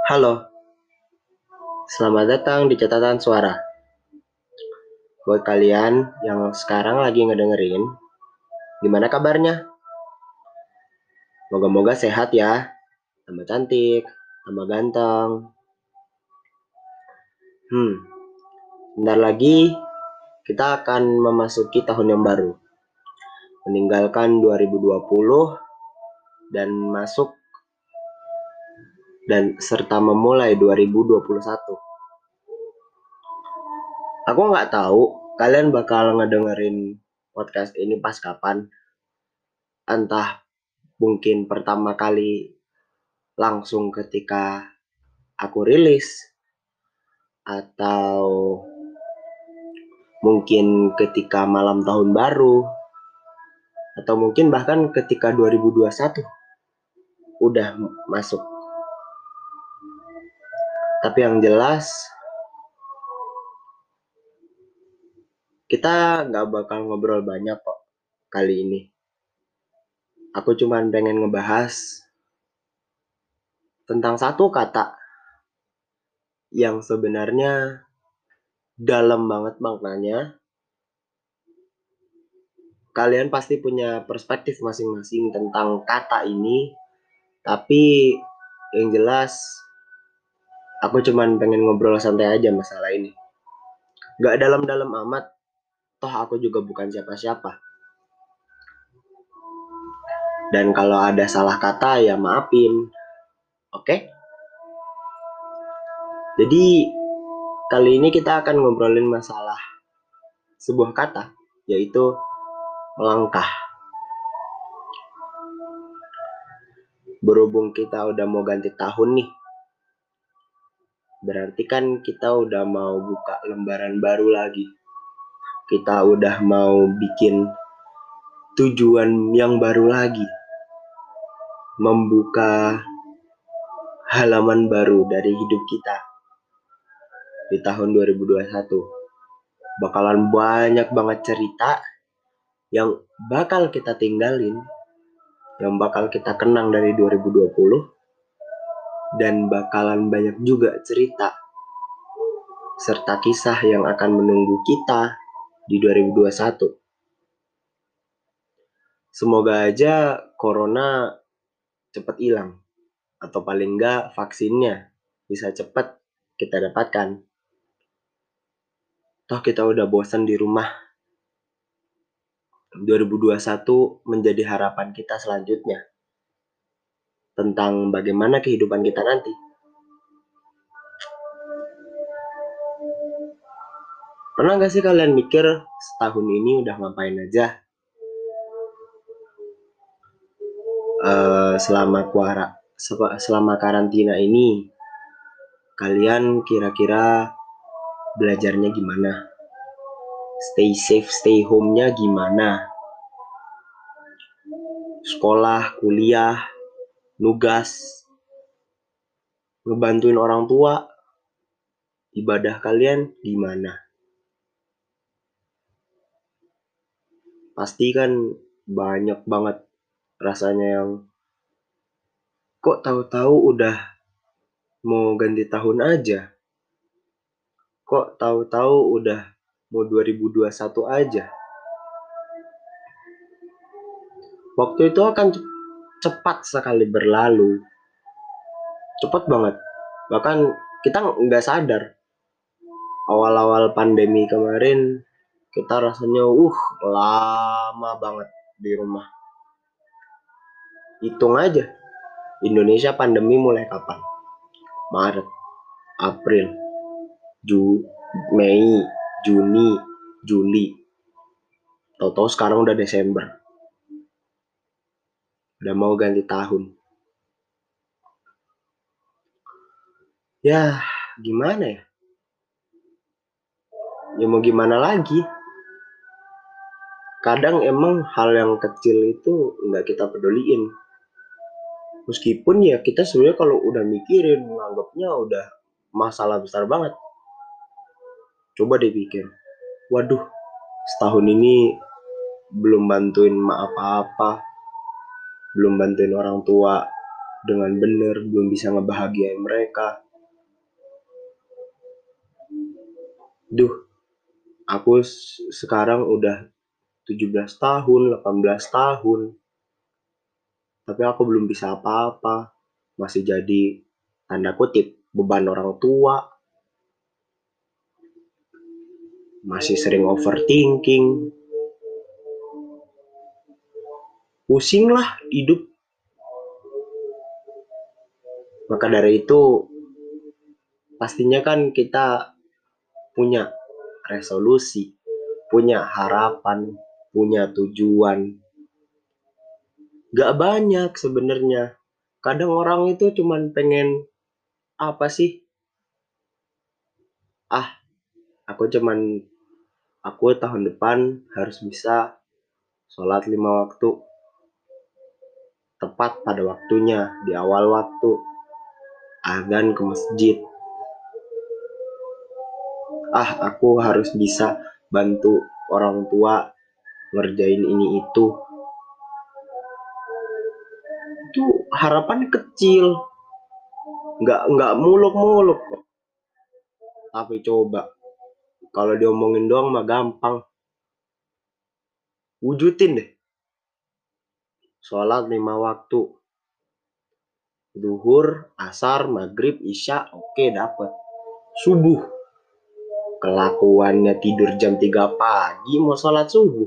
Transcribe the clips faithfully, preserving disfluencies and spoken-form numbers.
Halo, selamat datang di catatan suara. Buat kalian yang sekarang lagi ngedengerin, gimana kabarnya? Moga-moga sehat ya, tambah cantik, tambah ganteng. Hmm, bentar lagi kita akan memasuki tahun yang baru. Meninggalkan dua ribu dua puluh dan masuk dan serta memulai dua ribu dua puluh satu. Aku nggak tahu kalian bakal ngedengerin podcast ini pas kapan. Entah mungkin pertama kali langsung ketika aku rilis, atau mungkin ketika malam tahun baru, atau mungkin bahkan ketika dua ribu dua puluh satu udah masuk. Tapi yang jelas kita nggak bakal ngobrol banyak kok kali ini. Aku cuma pengen ngebahas tentang satu kata yang sebenarnya dalam banget maknanya. Kalian pasti punya perspektif masing-masing tentang kata ini, tapi yang jelas aku cuman pengen ngobrol santai aja masalah ini. Gak dalam-dalam amat, toh aku juga bukan siapa-siapa. Dan kalau ada salah kata ya maafin, oke? Okay? Jadi kali ini kita akan ngobrolin masalah sebuah kata, yaitu melangkah. Berhubung kita udah mau ganti tahun nih, berarti kan kita udah mau buka lembaran baru lagi. Kita udah mau bikin tujuan yang baru lagi. Membuka halaman baru dari hidup kita di tahun dua ribu dua puluh satu. Bakalan banyak banget cerita yang bakal kita tinggalin, yang bakal kita kenang dari dua ribu dua puluh, dan bakalan banyak juga cerita serta kisah yang akan menunggu kita di dua ribu dua puluh satu. Semoga aja corona cepat hilang, atau paling enggak vaksinnya bisa cepat kita dapatkan. Toh kita udah bosan di rumah. dua ribu dua puluh satu menjadi harapan kita selanjutnya tentang bagaimana kehidupan kita nanti. Pernah gak sih kalian mikir setahun ini udah ngapain aja? Uh, selama kuara, selama karantina ini, kalian kira-kira belajarnya gimana? Stay safe, stay home-nya gimana? Sekolah, kuliah, nugas, ngebantuin orang tua, ibadah kalian gimana? Pasti kan banyak banget rasanya yang kok tahu-tahu udah mau ganti tahun aja. Kok tahu-tahu udah mau dua ribu dua puluh satu aja. Waktu itu akan cepat sekali berlalu. Cepat banget. Bahkan kita nggak sadar. Awal-awal pandemi kemarin kita rasanya uh lama banget di rumah. Hitung aja. Indonesia pandemi mulai kapan? Maret, April, Ju, Mei, Juni, Juli. Tahu-tahu sekarang udah Desember. Udah mau ganti tahun. Ya, gimana ya? Ya mau gimana lagi? Kadang emang hal yang kecil itu nggak kita peduliin. Meskipun ya kita sebenarnya kalau udah mikirin, menganggapnya udah masalah besar banget. Coba deh pikir, waduh, setahun ini belum bantuin mak apa-apa, belum bantuin orang tua, dengan benar, belum bisa ngebahagiain mereka. Duh, aku sekarang udah tujuh belas tahun, delapan belas tahun, tapi aku belum bisa apa-apa. Masih jadi, tanda kutip, beban orang tua. Masih sering overthinking. Pusing lah hidup. Maka dari itu, pastinya kan kita punya resolusi, punya harapan, punya tujuan. Gak banyak sebenarnya. Kadang orang itu cuman pengen apa sih? Ah, aku cuman aku tahun depan harus bisa sholat lima waktu tepat pada waktunya, di awal waktu, azan ke masjid. Ah, aku harus bisa bantu orang tua ngerjain ini itu. Itu harapan kecil, nggak nggak muluk-muluk. Tapi coba kalau diomongin doang mah gampang. Wujudin deh. Sholat lima waktu. Duhur, asar, maghrib, isya, oke dapet. Subuh. Kelakuannya tidur jam tiga pagi mau sholat subuh.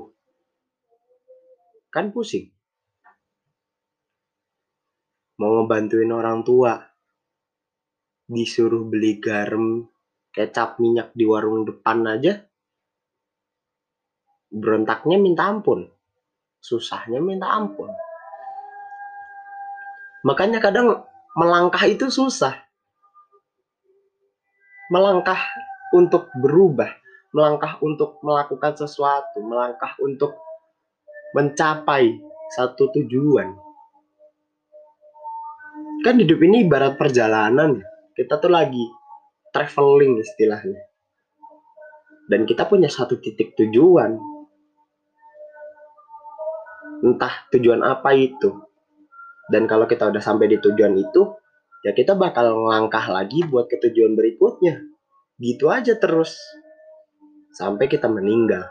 Kan pusing. Mau ngebantuin orang tua. Disuruh beli garam, kecap, minyak di warung depan aja. Berontaknya minta ampun. Susahnya minta ampun. Makanya kadang melangkah itu susah. Melangkah untuk berubah, melangkah untuk melakukan sesuatu, melangkah untuk mencapai satu tujuan. Kan hidup ini ibarat perjalanan. Kita tuh lagi traveling istilahnya. Dan kita punya satu titik tujuan. Entah tujuan apa itu. Dan kalau kita udah sampai di tujuan itu, ya kita bakal ngelangkah lagi buat ke tujuan berikutnya. Gitu aja terus. Sampai kita meninggal.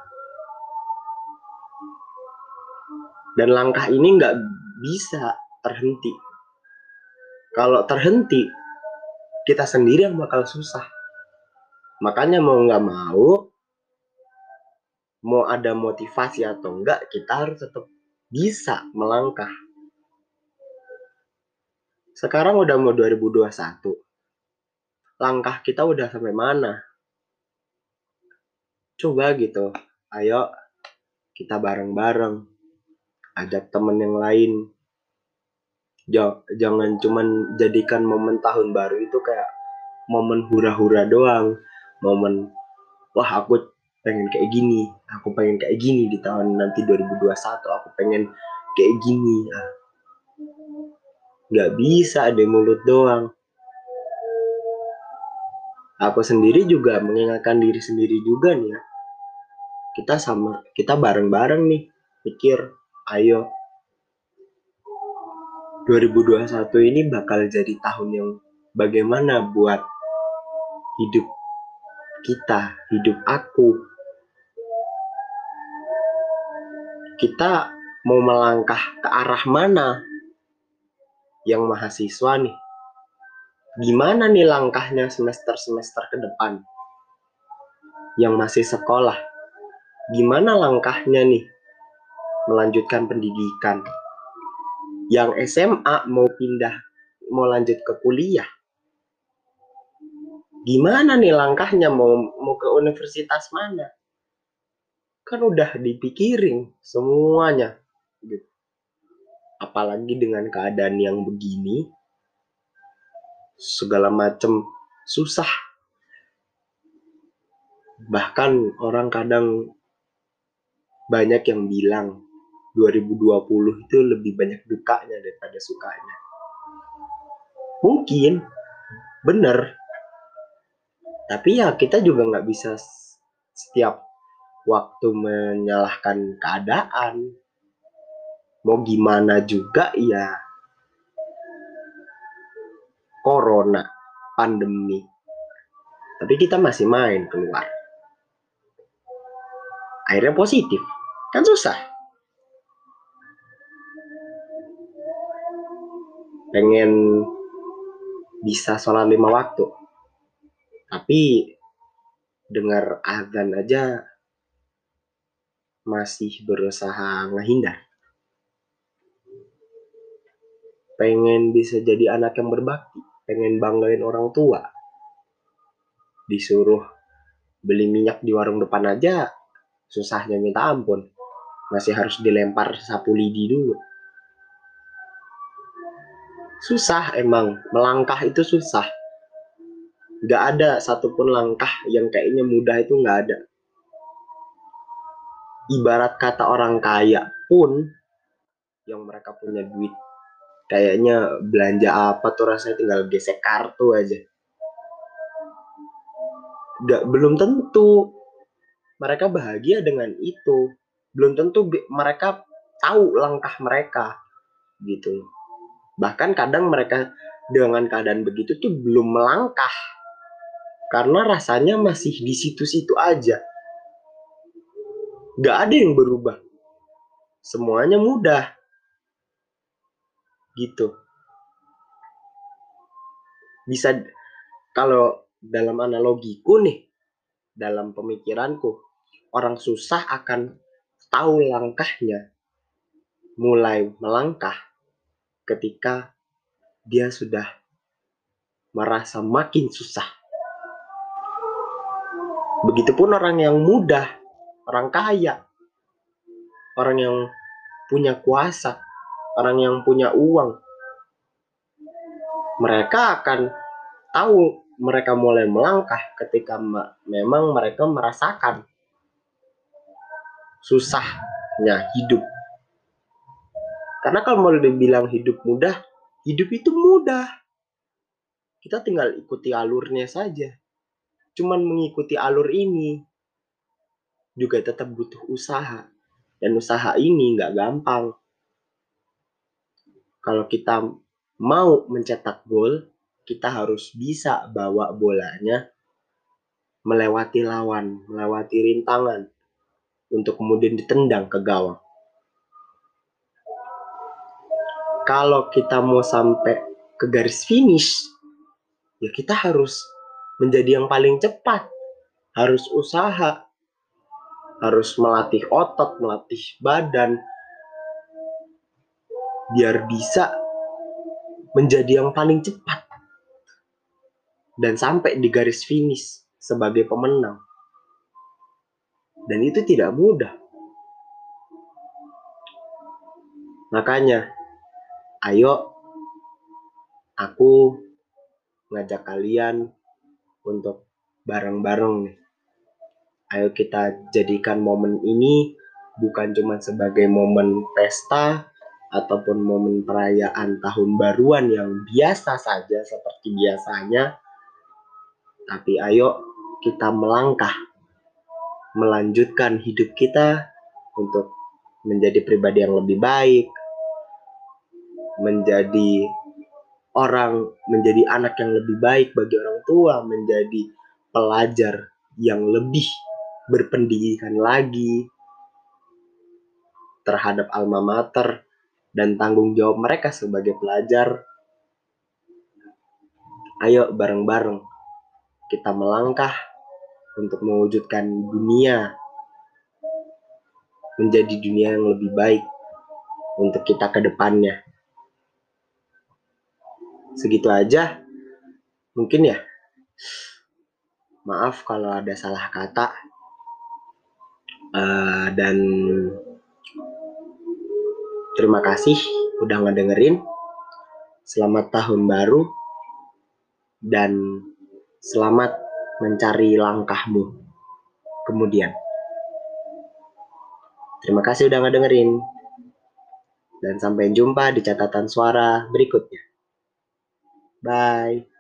Dan langkah ini nggak bisa terhenti. Kalau terhenti, kita sendiri yang bakal susah. Makanya mau nggak mau, mau ada motivasi atau enggak, kita harus tetap bisa melangkah. Sekarang udah mau dua ribu dua puluh satu. Langkah kita udah sampai mana? Coba gitu. Ayo kita bareng-bareng. Ajak temen yang lain. Jangan cuman jadikan momen tahun baru itu kayak momen hura-hura doang. Momen, wah aku pengen kayak gini. Aku pengen kayak gini di tahun nanti dua ribu dua puluh satu. Aku pengen kayak gini. Nah, gak bisa ada mulut doang. Aku sendiri juga mengingatkan diri sendiri juga nih ya. Kita sama, kita bareng-bareng nih pikir, ayo dua ribu dua puluh satu ini bakal jadi tahun yang bagaimana buat hidup kita, hidup aku. Kita mau melangkah ke arah mana? Yang mahasiswa nih, gimana nih langkahnya semester-semester ke depan? Yang masih sekolah, gimana langkahnya nih melanjutkan pendidikan? Yang S M A mau pindah, mau lanjut ke kuliah, gimana nih langkahnya mau mau ke universitas mana? Kan udah dipikirin semuanya gitu. Apalagi dengan keadaan yang begini, segala macam susah. Bahkan orang kadang banyak yang bilang dua ribu dua puluh itu lebih banyak dukanya daripada sukanya. Mungkin bener, tapi ya kita juga nggak bisa setiap waktu menyalahkan keadaan. Mau gimana juga ya corona, pandemi. Tapi kita masih main keluar. Akhirnya positif. Kan susah. Pengen bisa sholat lima waktu. Tapi dengar azan aja masih berusaha ngehindar. Pengen bisa jadi anak yang berbakti. Pengen banggain orang tua. Disuruh beli minyak di warung depan aja susahnya minta ampun. Masih harus dilempar sapu lidi dulu. Susah emang, melangkah itu susah. Gak ada satupun langkah yang kayaknya mudah, itu gak ada. Ibarat kata orang kaya pun, yang mereka punya duit, kayaknya belanja apa tuh rasanya tinggal gesek kartu aja. Gak, belum tentu mereka bahagia dengan itu. Belum tentu mereka tahu langkah mereka gitu. Bahkan kadang mereka dengan keadaan begitu tuh belum melangkah karena rasanya masih di situ-situ aja. Gak ada yang berubah. Semuanya mudah. Gitu. Bisa, kalau dalam analogiku nih, dalam pemikiranku, orang susah akan tahu langkahnya, mulai melangkah ketika dia sudah merasa makin susah. Begitupun orang yang mudah, orang kaya, orang yang punya kuasa, orang yang punya uang. Mereka akan tahu mereka mulai melangkah ketika memang mereka merasakan susahnya hidup. Karena kalau mau dibilang hidup mudah, hidup itu mudah. Kita tinggal ikuti alurnya saja. Cuman mengikuti alur ini juga tetap butuh usaha. Dan usaha ini gak gampang. Kalau kita mau mencetak gol, kita harus bisa bawa bolanya melewati lawan, melewati rintangan, untuk kemudian ditendang ke gawang. Kalau kita mau sampai ke garis finish, ya kita harus menjadi yang paling cepat. Harus usaha, harus melatih otot, melatih badan, biar bisa menjadi yang paling cepat dan sampai di garis finish sebagai pemenang. Dan itu tidak mudah. Makanya, ayo aku ngajak kalian untuk bareng-bareng nih. Ayo kita jadikan momen ini bukan cuma sebagai momen pesta ataupun momen perayaan tahun baruan yang biasa saja seperti biasanya. Tapi ayo kita melangkah, melanjutkan hidup kita untuk menjadi pribadi yang lebih baik, menjadi orang, menjadi anak yang lebih baik bagi orang tua, menjadi pelajar yang lebih berpendidikan lagi terhadap alma mater dan tanggung jawab mereka sebagai pelajar. Ayo bareng-bareng kita melangkah untuk mewujudkan dunia menjadi dunia yang lebih baik untuk kita ke depannya. Segitu aja mungkin ya. Maaf kalau ada salah kata. Uh, dan terima kasih udah ngedengerin. Selamat tahun baru dan selamat mencari langkahmu kemudian. Terima kasih udah ngedengerin. Dan sampai jumpa di catatan suara berikutnya. Bye.